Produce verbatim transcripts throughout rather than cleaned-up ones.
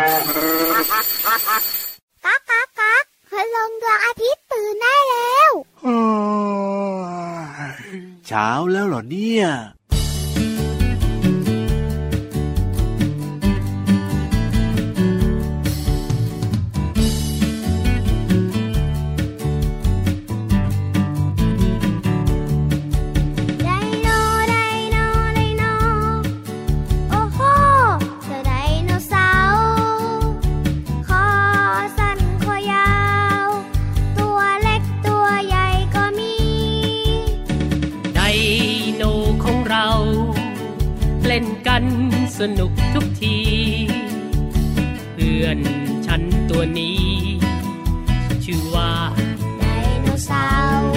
ก๊ากก๊ากก๊ากคืลงดวงอาทิตย์ตื่นได้แล้วเช้าแล้วเหรอเนี่ยสนุกทุกทีเพื่อนฉันตัวนี้ชื่อว่าไดโนเสาร์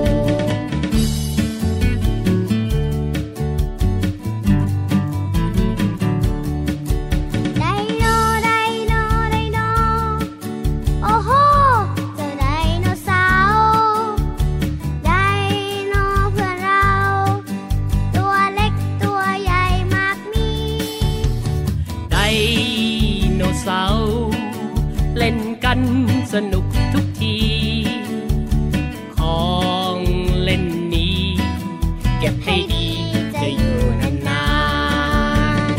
สนุกทุกทีของเล่นนี้เก็บให้ดีจะอยู่นาน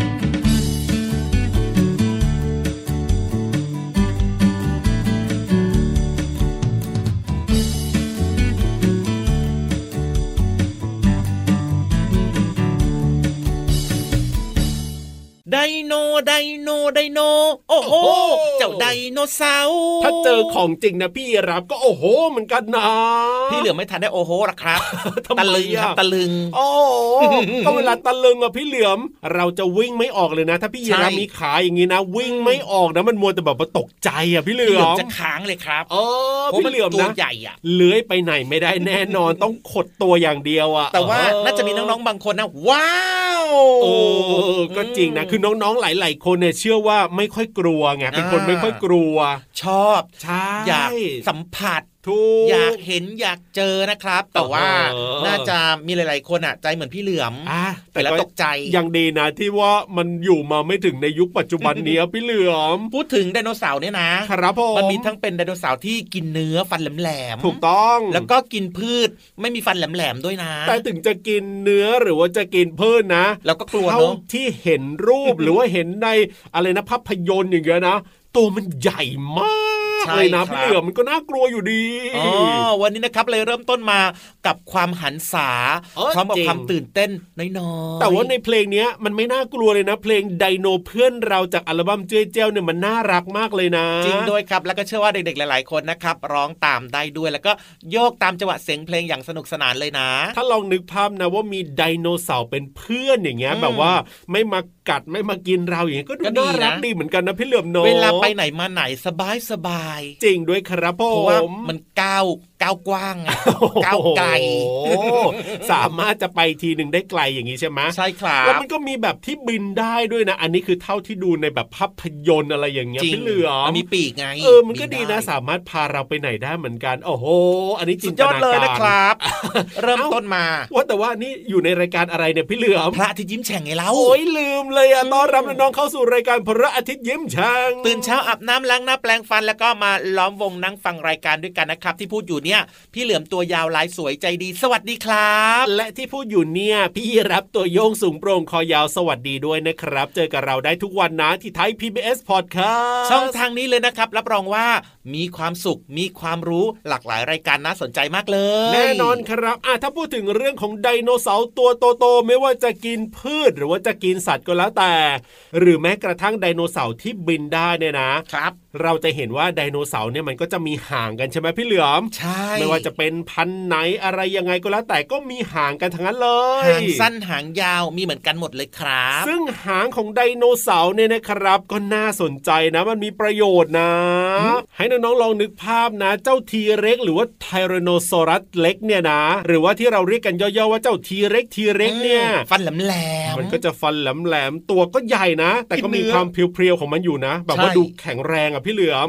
ไดโนไดโนไดโนโอ้โหเจ้าไดโนเสาร์ถ้าเจอของจริงนะพี่รับก็โอ้โหเหมือนกันนะพี่เหลือไม่ทันได้โอ้โหหรอกครับตะลึงครับตะลึงโอ้ก็เวลาตะลึงอ่ะพี่เหลือมเราจะวิ่งไม่ออกเลยนะถ้าพี่รับมีขาอย่างงี้นะวิ่งไม่ออกนะมันมัวแต่แบบว่าตกใจอ่ะพี่เหลือมจะค้างเลยครับเออพี่เหลือมนะตัวใหญ่อ่ะเลื้อยไปไหนไม่ได้แน่นอนต้องขดตัวอย่างเดียวอ่ะแต่ว่าน่าจะมีน้องๆบางคนนะว้าวโอ้ก็จริงนะคือน้องๆหลายๆคนเนี่ยเชื่อว่าไม่ค่อยกลัวไงเป็นคนไม่ค่อยกลัวชอบใช่อยากสัมผัสอยากเห็นอยากเจอนะครับแต่ว่าน่าจะมีหลายๆคนอ่ะใจเหมือนพี่เหลือมแต่แล้วตกใจยังดีนะที่ว่ามันอยู่มาไม่ถึงในยุคปัจจุบันนี้พี่เหลือมพูดถึงไดโนเสาร์เนี่ยนะครับผมมันมีทั้งเป็นไดโนเสาร์ที่กินเนื้อฟันแหลมๆถูกต้องแล้วก็กินพืชไม่มีฟันแหลมๆด้วยนะแต่ถึงจะกินเนื้อหรือว่าจะกินพืชนะแล้วก็กลัวเนาะที่เห็นรูปหรือว่าเห็นในอะไรนะภาพยนตร์อย่างเงี้ยนะตัวมันใหญ่มากเลยนะพี่เหลือมมันก็น่ากลัวอยู่ดีอ๋อวันนี้นะครับเลยเริ่มต้นมากับความหันษาพร้อมกับความตื่นเต้นน้อยๆแต่ว่าในเพลงนี้มันไม่น่ากลัวเลยนะเพลงไดโนเพื่อนเราจากอัลบั้มเจ๊เจ้าเนี่ยมันน่ารักมากเลยนะจริงด้วยครับแล้วก็เชื่อว่าเด็กๆหลายๆคนนะครับร้องตามได้ด้วยแล้วก็โยกตามจังหวะเสียงเพลงอย่างสนุกสนานเลยนะถ้าลองนึกภาพนะว่ามีไดโนเสาร์เป็นเพื่อนอย่างเงี้ยแบบว่าไม่มากัดไม่มากินเราอย่างเงี้ยก็ดูน่ารักดีเหมือนกันนะพี่เหลือมโนเวลาไปไหนมาไหนสบายสบายจริงด้วยครับผมเพราะว่ามันก้าวก้าวกว้างก้าวไกลสามารถจะไปทีหนึ่งได้ไกลอย่างนี้ใช่ไหมใช่ครับแล้วมันก็มีแบบที่บินได้ด้วยนะอันนี้คือเท่าที่ดูในแบบภาพยนตร์อะไรอย่างเงี้ยพี่เหลือมมีปีกไงเออมันก็ดีนะสามารถพาเราไปไหนได้เหมือนกันโอ้โหอันนี้จินตนาการเลยนะครับเริ่มต้นมาว่าแต่ว่านี่อยู่ในรายการอะไรเนี่ยพี่เหลือมพระอาทิตย์ยิ้มแฉ่งไงเล่าโอ้ยลืมเลยอ่ะต้อนรับน้องๆเข้าสู่รายการพระอาทิตย์ยิ้มแฉ่งตื่นเช้าอาบน้ำล้างหน้าแปรงฟันแล้วก็มาล้อมวงนั่งฟังรายการด้วยกันนะครับที่พูดอยู่เนี่ยพี่เหลือมตัวยาวลายสวยใจดีสวัสดีครับและที่พูดอยู่เนี่ยพี่รับตัวโยงสูงโปร่งคอยาวสวัสดีด้วยนะครับเจอกับเราได้ทุกวันนะที่ไทย พี บี เอส Podcast ช่องทางนี้เลยนะครับรับรองว่ามีความสุขมีความรู้หลากหลายรายการน่าสนใจมากเลยแน่นอนครับอ่ะถ้าพูดถึงเรื่องของไดโนเสาร์ตัวโตๆไม่ว่าจะกินพืชหรือว่าจะกินสัตว์ก็แล้วแต่หรือแม้กระทั่งไดโนเสาร์ที่บินได้เนี่ยนะครับเราจะเห็นว่าไดโนเสาร์เนี่ยมันก็จะมีหางกันใช่ไหมพี่เหลือมใช่ไม่ว่าจะเป็นพันธุ์ไหนอะไรยังไงก็แล้วแต่ก็มีหางกันทั้งนั้นเลยหางสั้นหางยาวมีเหมือนกันหมดเลยครับซึ่งหางของไดโนเสาร์เนี่ยนะครับก็น่าสนใจนะมันมีประโยชน์นะให้น้องๆลองนึกภาพนะเจ้าทีเร็กหรือว่าไทแรโนซอรัสเล็กเนี่ยนะหรือว่าที่เราเรียกกันย่อๆว่าเจ้าทีเร็กทีเร็กเนี่ยฟันแหลมๆมันก็จะฟันแหลมๆตัวก็ใหญ่นะแต่ก็มีความเพียวๆของมันอยู่นะแบบว่าดูแข็งแรงอ่ะพี่เหลือมวิ่งไวด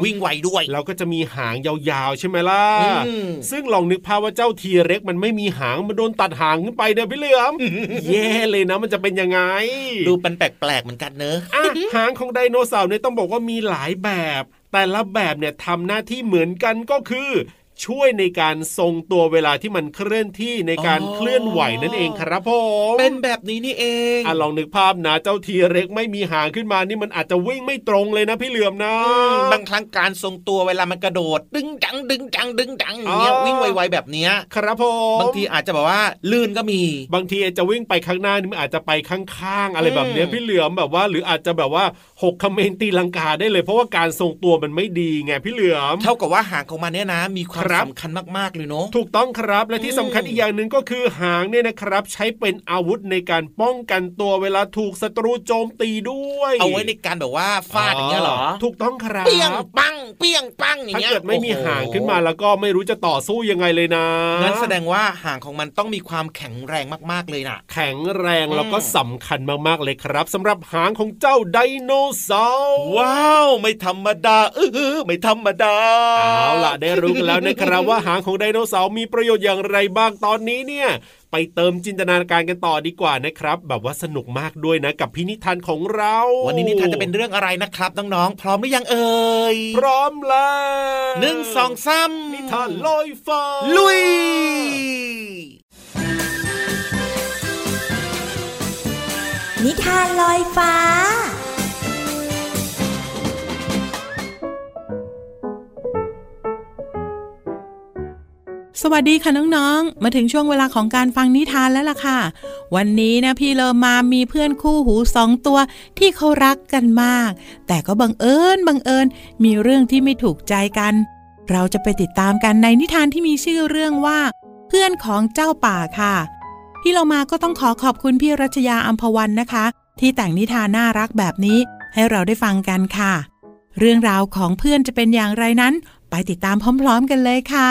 ด้วยแล้วก็จะมีหางยาวๆใช่ไหมล่ะซึ่งลองนึกภาพว่าเจ้าทีเร็กมันไม่มีหางมันโดนตัดหางขึ้นไปเด้อพี่เหลือม แย่เลยนะมันจะเป็นยังไงดูเป็นแปลกๆเหมือนกันเนอะหางของไดโนเสาร์เนี่ยต้องบอกว่ามีหลายแบบแต่ละแบบเนี่ยทำหน้าที่เหมือนกันก็คือช่วยในการทรงตัวเวลาที่มันเคลื่อนที่ในการเคลื่อนไหวนั่นเองครับผมเป็นแบบนี้นี่เองอ่ะลองนึกภาพนะเจ้าทีเร็กไม่มีหางขึ้นมานี่มันอาจจะวิ่งไม่ตรงเลยนะพี่เหลือมนะบางครั้งการทรงตัวเวลามันกระโดดดึงดังดึงดังดึงดังอย่างเงี้ยวิ่งไวๆแบบเนี้ยครับผมบางทีอาจจะแบบว่าลื่นก็มีบางทีจะวิ่งไปข้างหน้านี่มันอาจจะไปข้างๆอะไรแบบเนี้ยพี่เหลือมแบบว่าหรืออาจจะแบบว่าหกเขมรตีลังกาได้เลยเพราะว่าการทรงตัวมันไม่ดีไงพี่เหลือมเท่ากับว่าหางของมันเนี่ยนะมีความสำคัญมากๆเลยเนาะถูกต้องครับและที่สำคัญอีกอย่างหนึ่งก็คือหางเนี่ยนะครับใช้เป็นอาวุธในการป้องกันตัวเวลาถูกศัตรูโจมตีด้วยเอาไว้ในการแบบว่าฟาดอย่างเงี้ยหรอถูกต้องครับเปี้ยงปังเปี้ยงปังอย่างเงี้ยถ้าเกิดไม่มีหางขึ้นมาแล้วก็ไม่รู้จะต่อสู้ยังไงเลยนะงั้นแสดงว่าหางของมันต้องมีความแข็งแรงมากๆเลยนะแข็งแรงแล้วก็สำคัญมากๆเลยครับสำหรับหางของเจ้าไดโนเสาร์ว้าวไม่ธรรมดาเออไม่ธรรมดาเอาล่ะได้รู้กันแล้วนะครับว่าหางของไดโนเสาร์มีประโยชน์อย่างไรบ้างตอนนี้เนี่ยไปเติมจินตนาการกันต่อดีกว่านะครับแบบว่าสนุกมากด้วยนะกับพี่นิทานของเราวันนี้นิทานจะเป็นเรื่องอะไรนะครับน้องๆพร้อมหรือยังเอ่ยพร้อมแล้วหนึ่งสองสามนิทานลอยฟ้าลุยนิทานลอยฟ้าสวัสดีค่ะน้องๆมาถึงช่วงเวลาของการฟังนิทานแล้วล่ะค่ะวันนี้นะพี่เลอมามีเพื่อนคู่หูสองตัวที่เขารักกันมากแต่ก็บังเอิญบังเอิญมีเรื่องที่ไม่ถูกใจกันเราจะไปติดตามกันในนิทานที่มีชื่อเรื่องว่าเพื่อนของเจ้าป่าค่ะพี่เลอมาก็ต้องขอขอบคุณพี่รัชยาอัมพวันนะคะที่แต่งนิทานน่ารักแบบนี้ให้เราได้ฟังกันค่ะเรื่องราวของเพื่อนจะเป็นอย่างไรนั้นไปติดตามพร้อมๆกันเลยค่ะ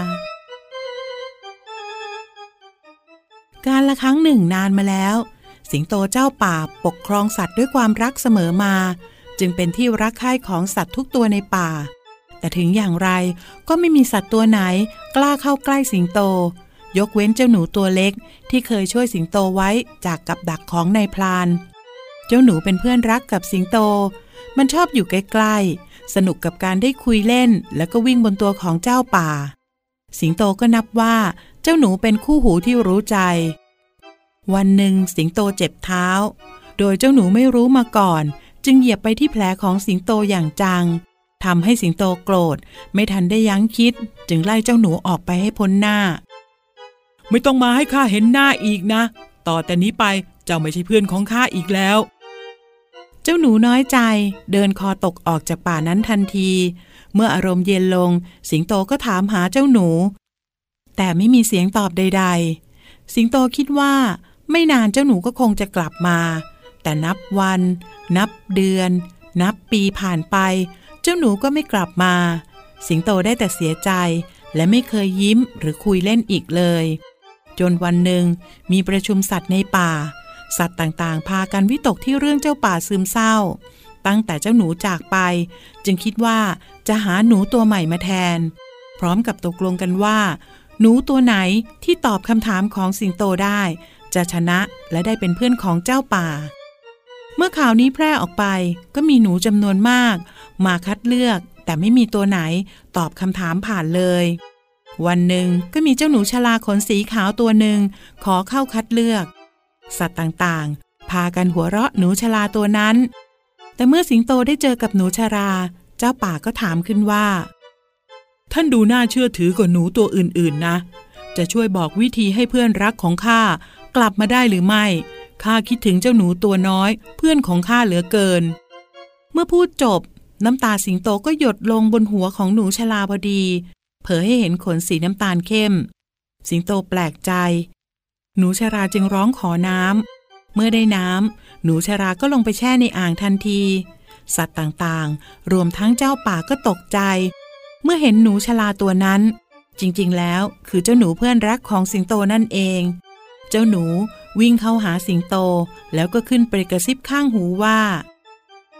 การละครั้งหนึ่งนานมาแล้วสิงโตเจ้าป่าปกครองสัตว์ด้วยความรักเสมอมาจึงเป็นที่รักใคร่ของสัตว์ทุกตัวในป่าแต่ถึงอย่างไรก็ไม่มีสัตว์ตัวไหนกล้าเข้าใกล้สิงโตยกเว้นเจ้าหนูตัวเล็กที่เคยช่วยสิงโตไว้จากกับดักของนายพรานเจ้าหนูเป็นเพื่อนรักกับสิงโตมันชอบอยู่ใกล้ๆสนุกกับการได้คุยเล่นแล้วก็วิ่งบนตัวของเจ้าป่าสิงโตก็นับว่าเจ้าหนูเป็นคู่หูที่รู้ใจวันหนึ่งสิงโตเจ็บเท้าโดยเจ้าหนูไม่รู้มาก่อนจึงเหยียบไปที่แผลของสิงโตอย่างจังทำให้สิงโตโกรธไม่ทันได้ยั้งคิดจึงไล่เจ้าหนูออกไปให้พ้นหน้าไม่ต้องมาให้ข้าเห็นหน้าอีกนะต่อแต่นี้ไปเจ้าไม่ใช่เพื่อนของข้าอีกแล้วเจ้าหนูน้อยใจเดินคอตกออกจากป่านั้นทันทีเมื่ออารมณ์เย็นลงสิงโตก็ถามหาเจ้าหนูแต่ไม่มีเสียงตอบใดๆสิงโตคิดว่าไม่นานเจ้าหนูก็คงจะกลับมาแต่นับวันนับเดือนนับปีผ่านไปเจ้าหนูก็ไม่กลับมาสิงโตได้แต่เสียใจและไม่เคยยิ้มหรือคุยเล่นอีกเลยจนวันหนึ่งมีประชุมสัตว์ในป่าสัตว์ต่างๆพากันวิตกที่เรื่องเจ้าป่าซึมเศร้าตั้งแต่เจ้าหนูจากไปจึงคิดว่าจะหาหนูตัวใหม่มาแทนพร้อมกับตกลงกันว่าหนูตัวไหนที่ตอบคำถามของสิงโตได้จะชนะและได้เป็นเพื่อนของเจ้าป่าเมื่อข่าวนี้แพร่ออกไปก็มีหนูจำนวนมากมาคัดเลือกแต่ไม่มีตัวไหนตอบคำถามผ่านเลยวันหนึ่งก็มีเจ้าหนูชราขนสีขาวตัวหนึ่งขอเข้าคัดเลือกสัตว์ต่างๆพากันหัวเราะหนูชราตัวนั้นแต่เมื่อสิงโตได้เจอกับหนูชราเจ้าป่าก็ถามขึ้นว่าท่านดูน่าเชื่อถือกว่าหนูตัวอื่นๆนะจะช่วยบอกวิธีให้เพื่อนรักของข้ากลับมาได้หรือไม่ข้าคิดถึงเจ้าหนูตัวน้อยเพื่อนของข้าเหลือเกินเมื่อพูดจบน้ำตาสิงโตก็หยดลงบนหัวของหนูชราพอดีเผยให้เห็นขนสีน้ำตาลเข้มสิงโตแปลกใจหนูชราจึงร้องขอน้ำเมื่อได้น้ำหนูชราก็ลงไปแช่ในอ่างทันทีสัตว์ต่างๆรวมทั้งเจ้าป่าก็ตกใจเมื่อเห็นหนูชราตัวนั้นจริงๆแล้วคือเจ้าหนูเพื่อนรักของสิงโตนั่นเองเจ้าหนูวิ่งเข้าหาสิงโตแล้วก็ขึ้นไปกระซิบข้างหูว่า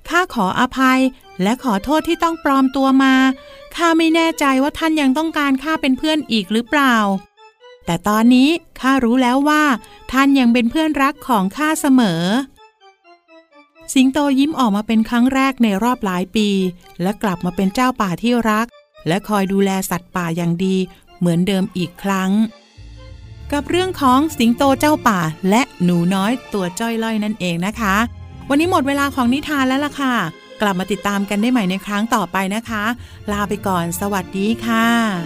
ข้าขออภัยและขอโทษที่ต้องปลอมตัวมาข้าไม่แน่ใจว่าท่านยังต้องการข้าเป็นเพื่อนอีกหรือเปล่าแต่ตอนนี้ข้ารู้แล้วว่าท่านยังเป็นเพื่อนรักของข้าเสมอสิงโตยิ้มออกมาเป็นครั้งแรกในรอบหลายปีและกลับมาเป็นเจ้าป่าที่รักและคอยดูแลสัตว์ป่าอย่างดีเหมือนเดิมอีกครั้งกับเรื่องของสิงโตเจ้าป่าและหนูน้อยตัวจ้อยล่อยนั่นเองนะคะวันนี้หมดเวลาของนิทานแล้วล่ะค่ะกลับมาติดตามกันได้ใหม่ในครั้งต่อไปนะคะลาไปก่อนสวัสดีค่ะ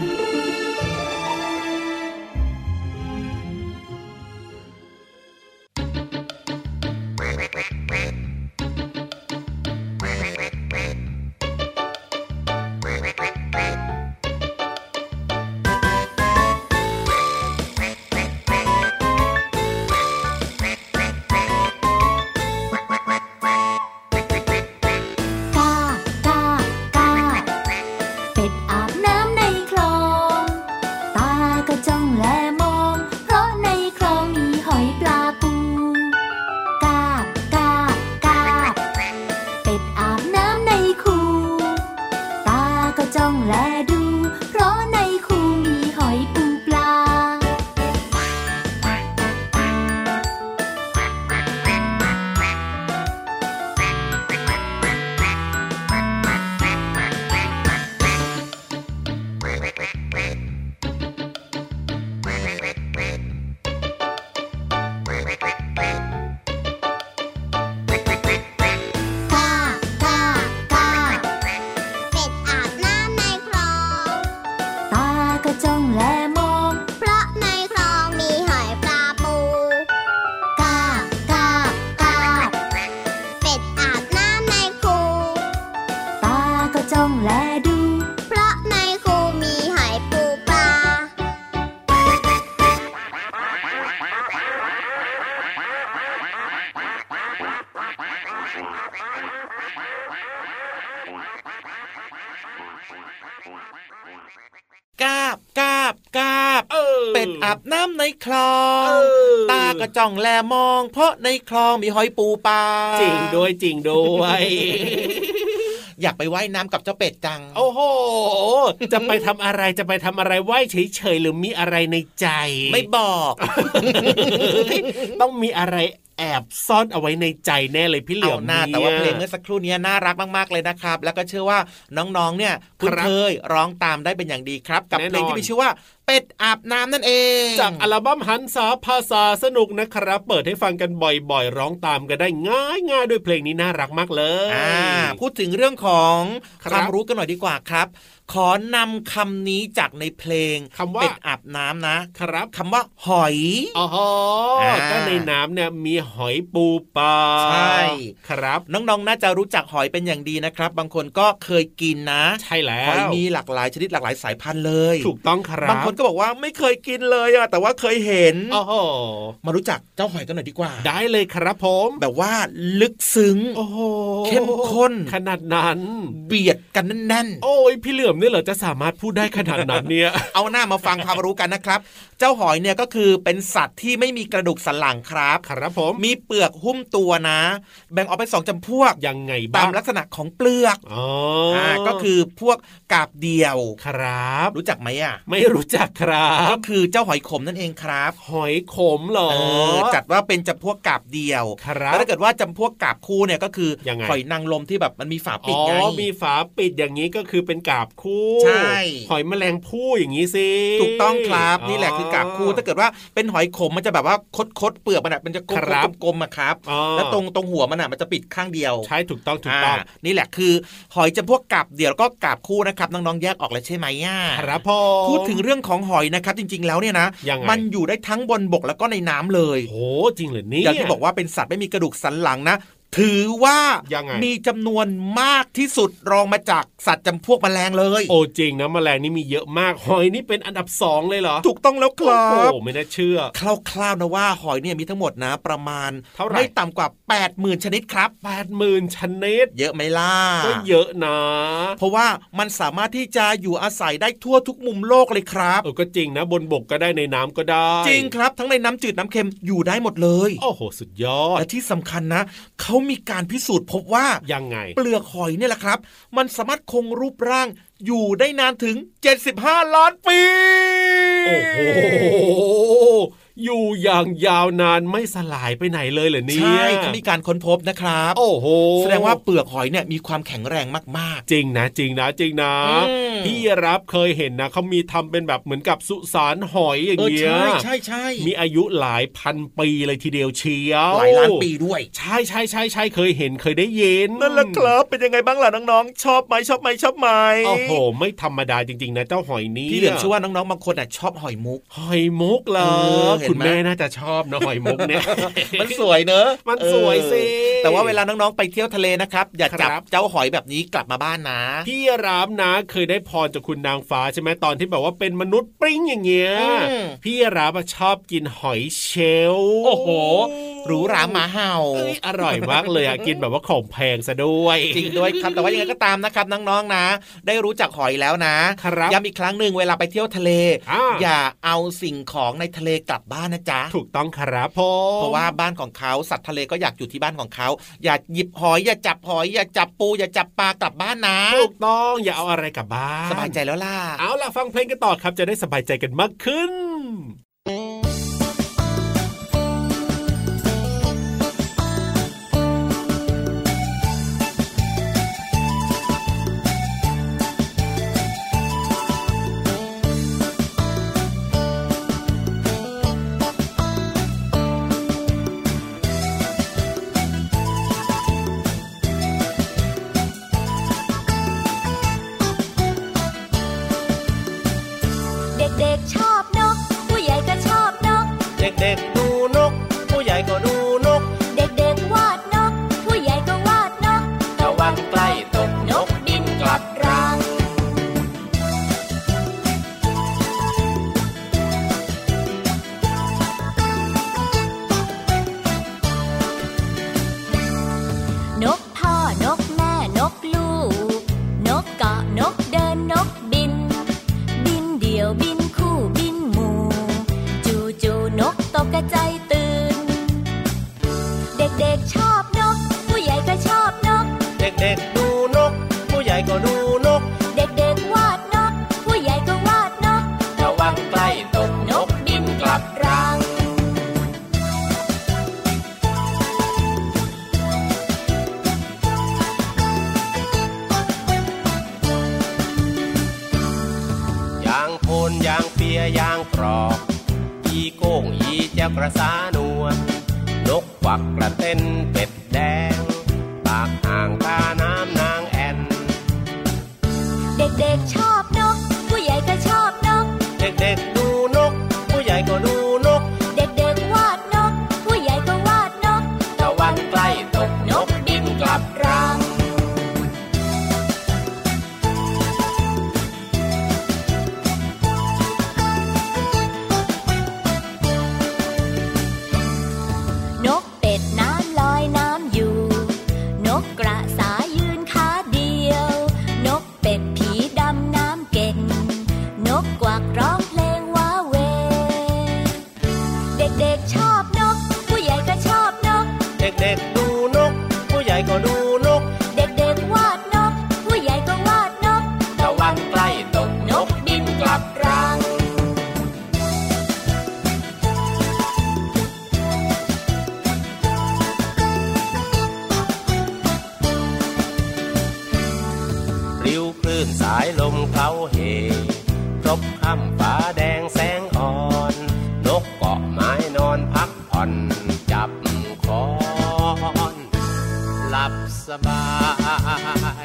กาบกาบกาบเป็ดอาบน้ำในคลองตากระจ่องแลมองเพราะในคลองมีหอยปูปลาจริงด้วยจริงด้วยอยากไปว่ายน้ำกับเจ้าเป็ดจังโอ้โหจะไปทำอะไรจะไปทำอะไรว่ายเฉยๆหรือมีอะไรในใจไม่บอกต้องมีอะไรแอบซ่อนเอาไว้ในใจแน่เลยพี่เหลี่ยมเนี่ยแต่ว่าเพลงเมื่อสักครู่นี้น่ารักมากๆเลยนะครับแล้วก็เชื่อว่าน้องๆเนี่ยคุ้นเคยร้องตามได้เป็นอย่างดีครับกับเพลงที่มีชื่อว่าเป็ดอาบน้ำนั่นเองจากอัลบั้มหันษาภาษาสนุกนะครับเปิดให้ฟังกันบ่อยๆร้องตามกันได้ง่ายๆด้วยเพลงนี้น่ารักมากเลยอ่าพูดถึงเรื่องของความรู้กันหน่อยดีกว่าครับขอนำคำนี้จากในเพลงคำว่าเป็ดอาบน้ำนะครับคำว่าหอยอ๋อก็ในน้ำเนี่ยมีหอยปูปลาใช่ครับน้องๆน่าจะรู้จักหอยเป็นอย่างดีนะครับบางคนก็เคยกินนะใช่แล้วหอยมีหลากหลายชนิดหลากหลายสายพันธุ์เลยถูกต้องครับบางคนก็บอกว่าไม่เคยกินเลยอะแต่ว่าเคยเห็นโอ้โหมารู้จักเจ้าหอยกันหน่อยดีกว่าได้เลยครับผมแบบว่าลึกซึ้งโอ้โหเข้มข้นขนาดนั้นเบียดกันแน่นๆโอ้ยพี่เหลือมนี่เหรอจะสามารถพูดได้ขนาดนั้นเนี่ยเอาหน้ามาฟังความรู้กันนะครับเจ้าหอยเนี่ยก็คือเป็นสัตว์ที่ไม่มีกระดูกสันหลังครับครับผมมีเปลือกหุ้มตัวนะแบ่งออกเป็นสองจำพวกยังไงบ้างตามลักษณะของเปลือกอ๋อก็คือพวกกาบเดี่ยวครับรู้จักไหมอ่ะไม่รู้จักครับก็คือเจ้าหอยขมนั่นเองครับหอยขมเหรอจัดว่าเป็นจำพวกกาบเดี่ยวแล้วถ้าเกิดว่าจำพวกกาบคู่เนี่ยก็คือหอยนางรมที่แบบมันมีฝาปิดไงอ๋อมีฝาปิดอย่างนี้ก็คือเป็นกาบคู่ใช่หอยแมลงภู่อย่างนี้สิถูกต้องครับนี่แหละคือกาบคู่ถ้าเกิดว่าเป็นหอยขมมันจะแบบว่าคดๆเปลือกมันมันจะกลมๆอะครับแล้วตรงตรงหัวมันอะมันจะปิดข้างเดียวใช่ถูกต้องถูกต้องนี่แหละคือหอยจำพวกกาบเดี่ยวแล้วก็กาบคู่นะครับน้องๆแยกออกแล้วใช่ไหมอ่ะครับพ่อพูดถึงเรื่องของหอยนะครับจริงๆแล้วเนี่ยนะมันอยู่ได้ทั้งบนบกแล้วก็ในน้ำเลยโอ้จริงเหรอเนี่ยอย่างที่บอกว่าเป็นสัตว์ไม่มีกระดูกสันหลังนะถือว่ามีจำนวนมากที่สุดรองมาจากสัตว์จำพวกแมลงเลยโอ้จริงนะแมลงนี่มีเยอะมากหอยนี่เป็นอันดับสองเลยเหรอถูกต้องแล้วครับโอ้ไม่น่าเชื่อคร่าวๆนะว่าหอยเนี่ยมีทั้งหมดนะประมาณไม่ต่ำกว่า แปดหมื่น ชนิดครับแปดหมื่น ชนิดเยอะไหมล่ะก็เยอะนะเพราะว่ามันสามารถที่จะอยู่อาศัยได้ทั่วทุกมุมโลกเลยครับเออก็จริงนะบนบกก็ได้ในน้ำก็ได้จริงครับทั้งในน้ำจืดน้ำเค็มอยู่ได้หมดเลยโอ้โหสุดยอดและที่สำคัญนะเขามีการพิสูจน์พบว่ายังไงเปลือกหอยเนี่ยแหละครับมันสามารถคงรูปร่างอยู่ได้นานถึงเจ็ดสิบห้าล้านปีโอ้โหอยู่อย่างยาวนานไม่สลายไปไหนเลยเหรอเนี่ยใช่เขามีการค้นพบนะครับโอ้โหแสดงว่าเปลือกหอยเนี่ยมีความแข็งแรงมากๆจริงนะจริงนะจริงนะพี่รับเคยเห็นนะเขามีทำเป็นแบบเหมือนกับสุสานหอยอย่างเงี้ยใช่ใช่ใช่มีอายุหลายพันปีเลยทีเดียวเชียวหลายล้านปีด้วยใช่ใช่ใช่ใช่เคยเห็นเคยได้ยินนั่นแหละครับเป็นยังไงบ้างล่ะน้องๆชอบไหมชอบไหมชอบไหมโอ้โหไม่ธรรมดาจริงๆนะเจ้าหอยนี้พี่เหลือมเชื่อว่าน้องๆบางคนอ่ะชอบหอยมุกหอยมุกเหรอคุณแม่น่าจะชอบนะหอยมุกเนี่ยมันสวยเนอะมันสวยสิแต่ว่าเวลาน้องๆไปเที่ยวทะเลนะครับอย่าจับเจ้าหอยแบบนี้กลับมาบ้านนะพี่รามนะเคยได้พรจากคุณนางฟ้าใช่ไหมตอนที่แบบว่าเป็นมนุษย์ปริ้งอย่างเงี้ยพี่รามชอบกินหอยเชลล์โอ้โหหรูหราหมาเห่าอร่อยมากเลยอ่ะกินแบบว่าของแพงซะด้วยจริงด้วยครับแต่ว่ายังไงก็ตามนะครับน้องๆนะได้รู้จักหอยแล้วนะย้ำอีกครั้งหนึ่งเวลาไปเที่ยวทะเลอย่าเอาสิ่งของในทะเลกลับบ้านนะจ๊ะถูกต้องครับพ่อเพราะว่าบ้านของเขาสัตว์ทะเลก็อยากอยู่ที่บ้านของเขาอย่าหยิบหอยอย่าจับหอยอย่าจับปูอย่าจับปลากลับบ้านนะถูกต้องอย่าเอาอะไรกลับบ้านสบายใจแล้วล่ะเอาล่ะฟังเพลงกันต่อครับจะได้สบายใจกันมากขึ้นเด็กๆดูนกผู้ใหญ่ก็ดูนกเด็กๆวาดนกผู้ใหญ่ก็วาดนกตะวันใกล้ตกนกบินกลับรังนกพ่อนกแม่นกลูกนกเกาะนกเดินนกบินบินเดี่ยวบินคู่บินหมู่จู่ๆนกตกกระจายตื่นเด็กๆชอบนกผู้ใหญ่ก็ชอบนกเด็กๆดูนกผู้ใหญ่ก็ดูนกเด็กๆวาดนกผู้ใหญ่ก็วาดนกตะวันใกล้ตกนกบินกลับรังยางโพนยางเปียยางกรอกอีโก้งอีเจ้ากระสานวลนกควักกระเต้นเป็ดแดงปากห่างตาน้ำนางแอ่นเด็กๆชอบนกผู้ใหญ่ก็ชอบนกเด็กๆดูนกผู้ใหญ่ก็ดูนกเด็กๆวาดนกผู้ใหญ่ก็วาดนกตะวันใกล้ตกนกบินกลับรังนกเป็ดน้ำลอยน้ำอยู่นกกระสายืนขาเดียวนกเป็ดผีดำน้ำเก่งนกกวักร้องเพลงว้าเวเด็กๆชอบนกผู้ใหญ่ก็ชอบนกเด็กๆดูนกผู้ใหญ่ก็ดูนกเด็กๆวาดนกผู้ใหญ่ก็วาดนกตะวันใกล้ตกนกบินกลับรังริ้วคลื่นสายลมเคล้าเหครบค่ำฟ้าแดงแสงอ่อนนกเกาะไม้นอนพักผ่อนจับคอนหลับสบาย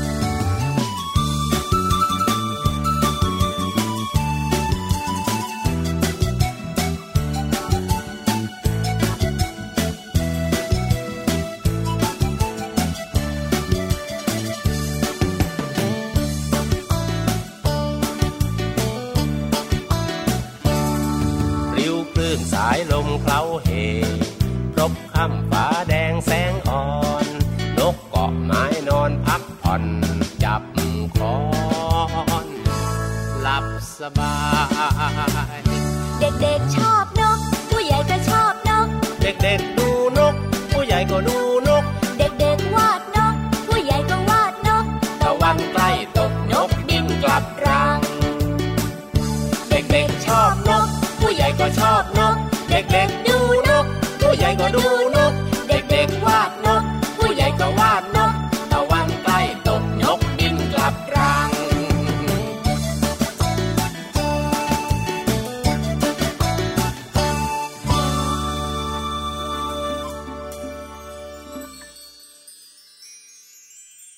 สายลมเคล้าเหครบค่ำฟ้าแดงแสงอ่อนนกเกาะไม้นอนพักผ่อนจับคอนหลับสบายเด็กๆชอบนกผู้ใหญ่ก็ชอบนกเด็กๆดูนกผู้ใหญ่ก็ดูนก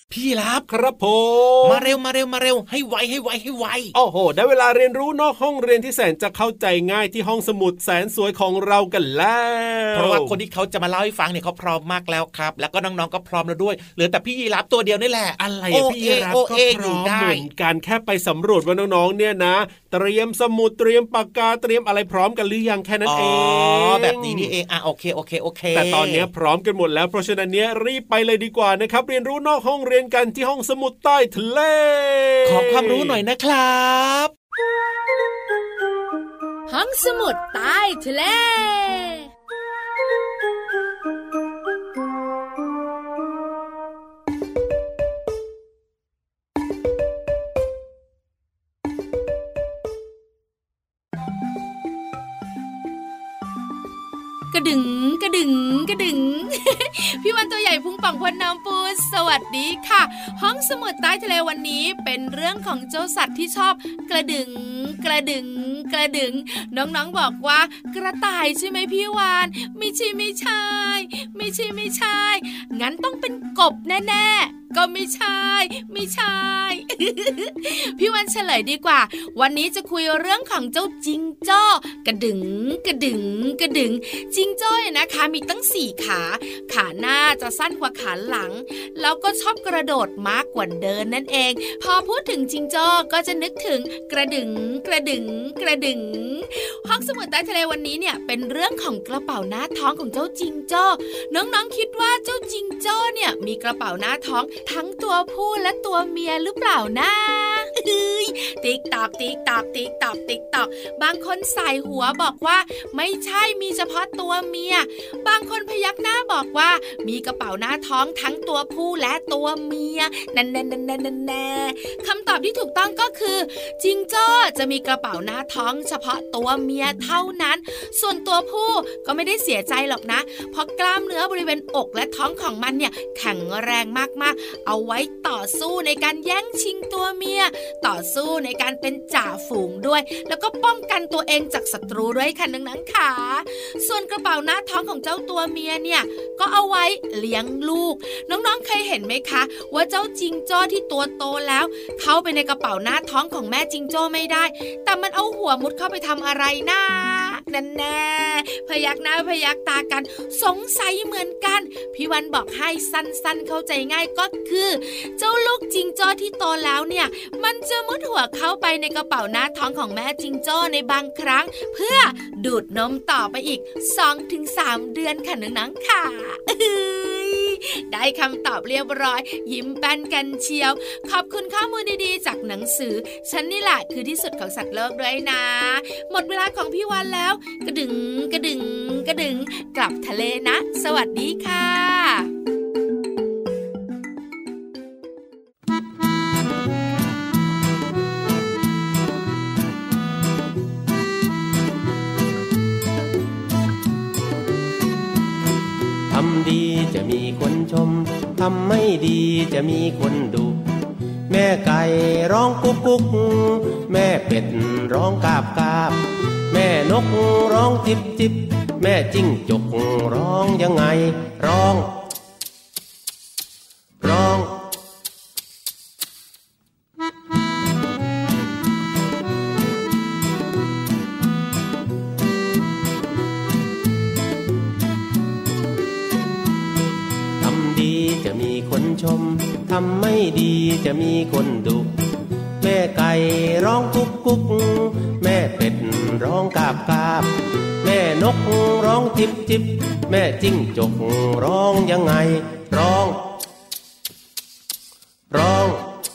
พี่รับครับผมมาเร็วมาเร็วมาเร็วให้ไวให้ไวให้ไวโอ้โหได้เวลาเรียนรู้นอกห้องเรียนที่แสนจะเข้าใจง่ายที่ห้องสมุดแสนสวยของเรากันแล้วเพราะว่าคนที่เขาจะมาเล่าให้ฟังเนี่ยเขาพร้อมมากแล้วครับแล้วก็น้องๆก็พร้อมแล้วด้วยเหลือแต่พี่ยีรับตัวเดียวนี่แหละอะไรพี่ยีรับก็พร้อมเหมือนกันแค่ไปสำรวจว่าน้องๆเนี่ยนะเตรียมสมุดเตรียมปากกาเตรียมอะไรพร้อมกันหรือยังแค่นั้นเองอ๋อแบบนี้นี่เองอ่ะโอเคโอเคโอเคแต่ตอนนี้พร้อมกันหมดแล้วเพราะฉะนั้นเนี้ยรีบไปเลยดีกว่านะครับเรียนรู้นอกห้องเรียนกันที่ห้องสมุดใต้ทะเลขอความรู้หน่อยนะครับห้องสมุดใต้ทะเลกระดึงกระดึงกระดึง พี่วันตัวใหญ่พุงป่องพ่นน้ำปูสวัสดีค่ะห้องสมุดใต้ทะเลวันนี้เป็นเรื่องของเจ้าสัตว์ที่ชอบกระดึงกระดึงกระดึงน้องๆบอกว่ากระต่ายใช่ไหมพี่วานไม่ใช่ไม่ใช่ไม่ใช่ไม่ใช่งั้นต้องเป็นกบแน่ๆก็ไม่ใช่ไม่ใช่ พี่วันเฉลยดีกว่าวันนี้จะคุยเรื่องของเจ้าจิงโจ้กระดึงกระดึงกระดึงจิงโจ้นะคะมีตั้งสี่ขาขาหน้าจะสั้นกว่าขาหลังแล้วก็ชอบกระโดดมากกว่าเดินนั่นเองพอพูดถึงจิงโจ้ก็จะนึกถึงกระดึงกระดึงกระดึงห้องสมุดใต้ทะเลวันนี้เนี่ยเป็นเรื่องของกระเป๋าหน้าท้องของเจ้าจิงโจ้น้องๆคิดว่าเจ้าจิงโจ้เนี่ยมีกระเป๋าหน้าท้องทั้งตัวผู้และตัวเมียหรือเปล่านะติ๊กตอกติ๊กตอกติ๊กตอกติ๊กตอกบางคนใส่หัวบอกว่าไม่ใช่มีเฉพาะตัวเมียบางคนพยักหน้าบอกว่ามีกระเป๋าหน้าท้องทั้งตัวผู้และตัวเมียนั่นแน่นแน่นแน่คำตอบที่ถูกต้องก็คือจิงโจ้จะมีกระเป๋าหน้าท้องเฉพาะตัวเมียเท่านั้นส่วนตัวผู้ก็ไม่ได้เสียใจหรอกนะเพราะกล้ามเนื้อบริเวณอกและท้องของมันเนี่ยแข็งแรงมากๆเอาไว้ต่อสู้ในการแย่งชิงตัวเมียต่อสู้ในการเป็นจ่าฝูงด้วยแล้วก็ป้องกันตัวเองจากศัตรูด้วยค่ะนังๆค่ะส่วนกระเป๋าหน้าท้องของเจ้าตัวเมียเนี่ยก็เอาไว้เลี้ยงลูกน้องๆเคยเห็นไหมคะว่าเจ้าจิงโจ้ที่ตัวโตแล้วเข้าไปในกระเป๋าหน้าท้องของแม่จิงโจ้ไม่ได้แต่มันเอาหัวมุดเข้าไปทำอะไรนะนั่นแน่พยักหน้าพยักตากันสงสัยเหมือนกันพี่วันบอกให้สั้นๆเข้าใจง่ายก็คือเจ้าลูกจิงโจ้ที่โตแล้วเนี่ยมันจะมุดหัวเข้าไปในกระเป๋าหน้าท้องของแม่จิงโจ้ในบางครั้งเพื่อดูดนมต่อไปอีก สองถึงสาม เดือนค่ะน้องๆค่ะได้คำตอบเรียบร้อยยิ้มแป้นกันเชียวขอบคุณข้อมูลดีๆจากหนังสือฉันนี่แหละคือที่สุดของสัตว์โลกด้วยนะหมดเวลาของพี่วันแล้วกระดึงกระดึงกระดึงกลับทะเลนะสวัสดีค่ะทำดีจะมีคนชมทำไม่ดีจะมีคนดุแม่ไก่ร้องกุ๊กกุ๊กแม่เป็ดร้องกาบกาบแม่นกร้องจิบจิบแม่จิ้งจกร้องยังไงร้องร้องจะมีคนชมทำไม่ดีจะมีคนดุแม่ไก่ร้องกุ๊กกุ๊กแม่เป็ดร้องกาบกาบแม่นกร้องจิบจิบแม่จิ้งจกร้องยังไงร้องร้อง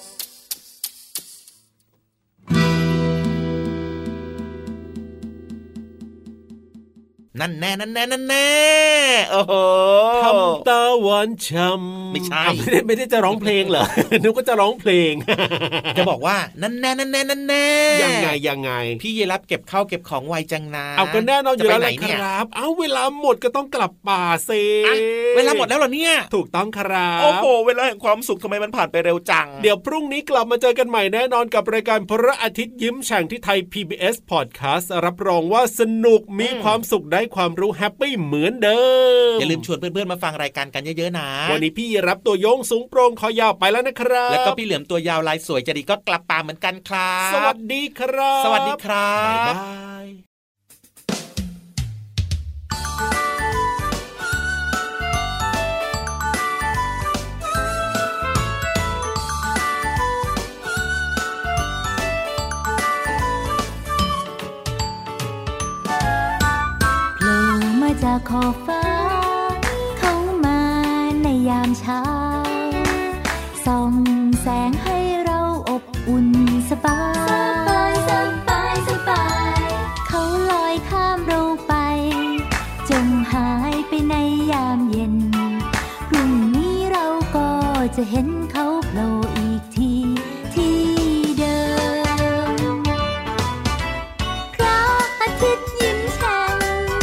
นั่นแน่นั่นแน่นั่นแน่โอ้โหทำตาหวานช้ำไม่ใช่ไม่ได้ไม่ได้จะร้องเพลงเหรอ นึกว่าจะร้องเพลงจะบอกว่านั่นแน่นั่นแน่นั่นแน่ยังไงยังไงพี่เยรับเก็บข้าวเก็บของไวจังนะเอากันแน่นอนอยู่แล้วแหละครับเอาเวลาหมดก็ต้องกลับป่าเซเวลาหมดแล้วเหรอเนี่ยถูกต้องครับโอ้โหเวลาแห่งความสุขทำไมมันผ่านไปเร็วจังเดี๋ยวพรุ่งนี้กลับมาเจอกันใหม่แน่นอนกับรายการพระอาทิตย์ยิ้มแฉ่งที่ไทย พี บี เอส Podcast รับรองว่าสนุกมีความสุขได้ความรู้แฮปปี้เหมือนเดิมอย่าลืมชวนเพื่อนๆมาฟังรายการกันเยอะๆนะวันนี้พี่รับตัวโยงสูงโปร่งคอยาวไปแล้วนะครับแล้วก็พี่เหลือมตัวยาวลายสวยจะดีก็กลับป่าเหมือนกันครับสวัสดีครับสวัสดีครับบ๊ายบายจากขอบฟ้าเข้ามาในยามเช้าส่องแสงให้เราอบอุ่นสบายสบายสบายเขาลอยข้ามเราไปจงหายไปในยามเย็นพรุ่งนี้เราก็จะเห็นเขาโผล่อีกทีที่เดิมพระอาทิตย์ยิ้มแฉ่ง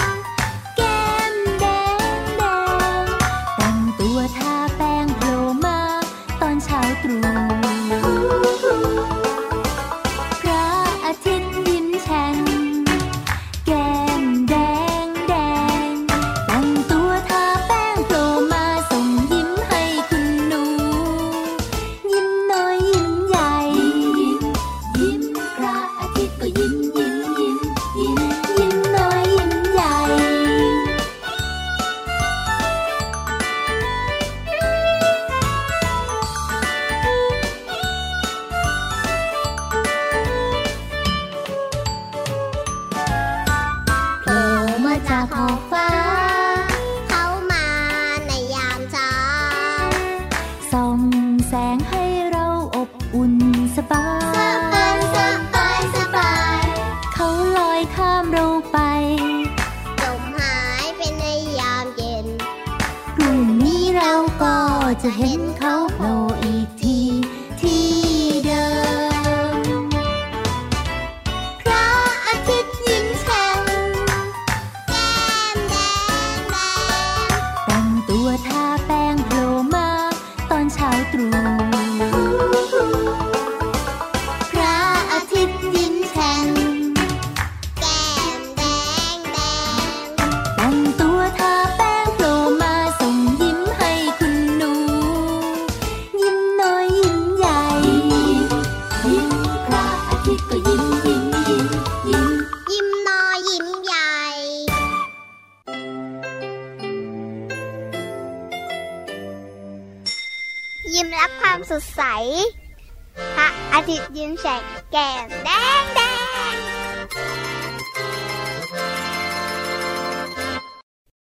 จะเห็นเขาโผล่อีกทีที่เดิมพระอาทิตย์ยิ้มแฉ่งแก้มแดงแดงแต่งตัวทาแป้งโผล่มาตอนเช้าตรู่พระอาทิตย์ยิ้มแฉ่งแก้มแดงแดงแต่งตัวทาแป้งโผล่มาส่งยิ้มให้คุณหนูยิ้มน้อยยิ้มใหญ่ยิ้มพระอาทิตย์ก็ยิ้มยิ้มยิ้มยิ้มยิ้มน้อยยิ้มใหญ่ยิ้มรับความสดใสพระอาทิตย์ยิ้มแฉกแก้มแดงแด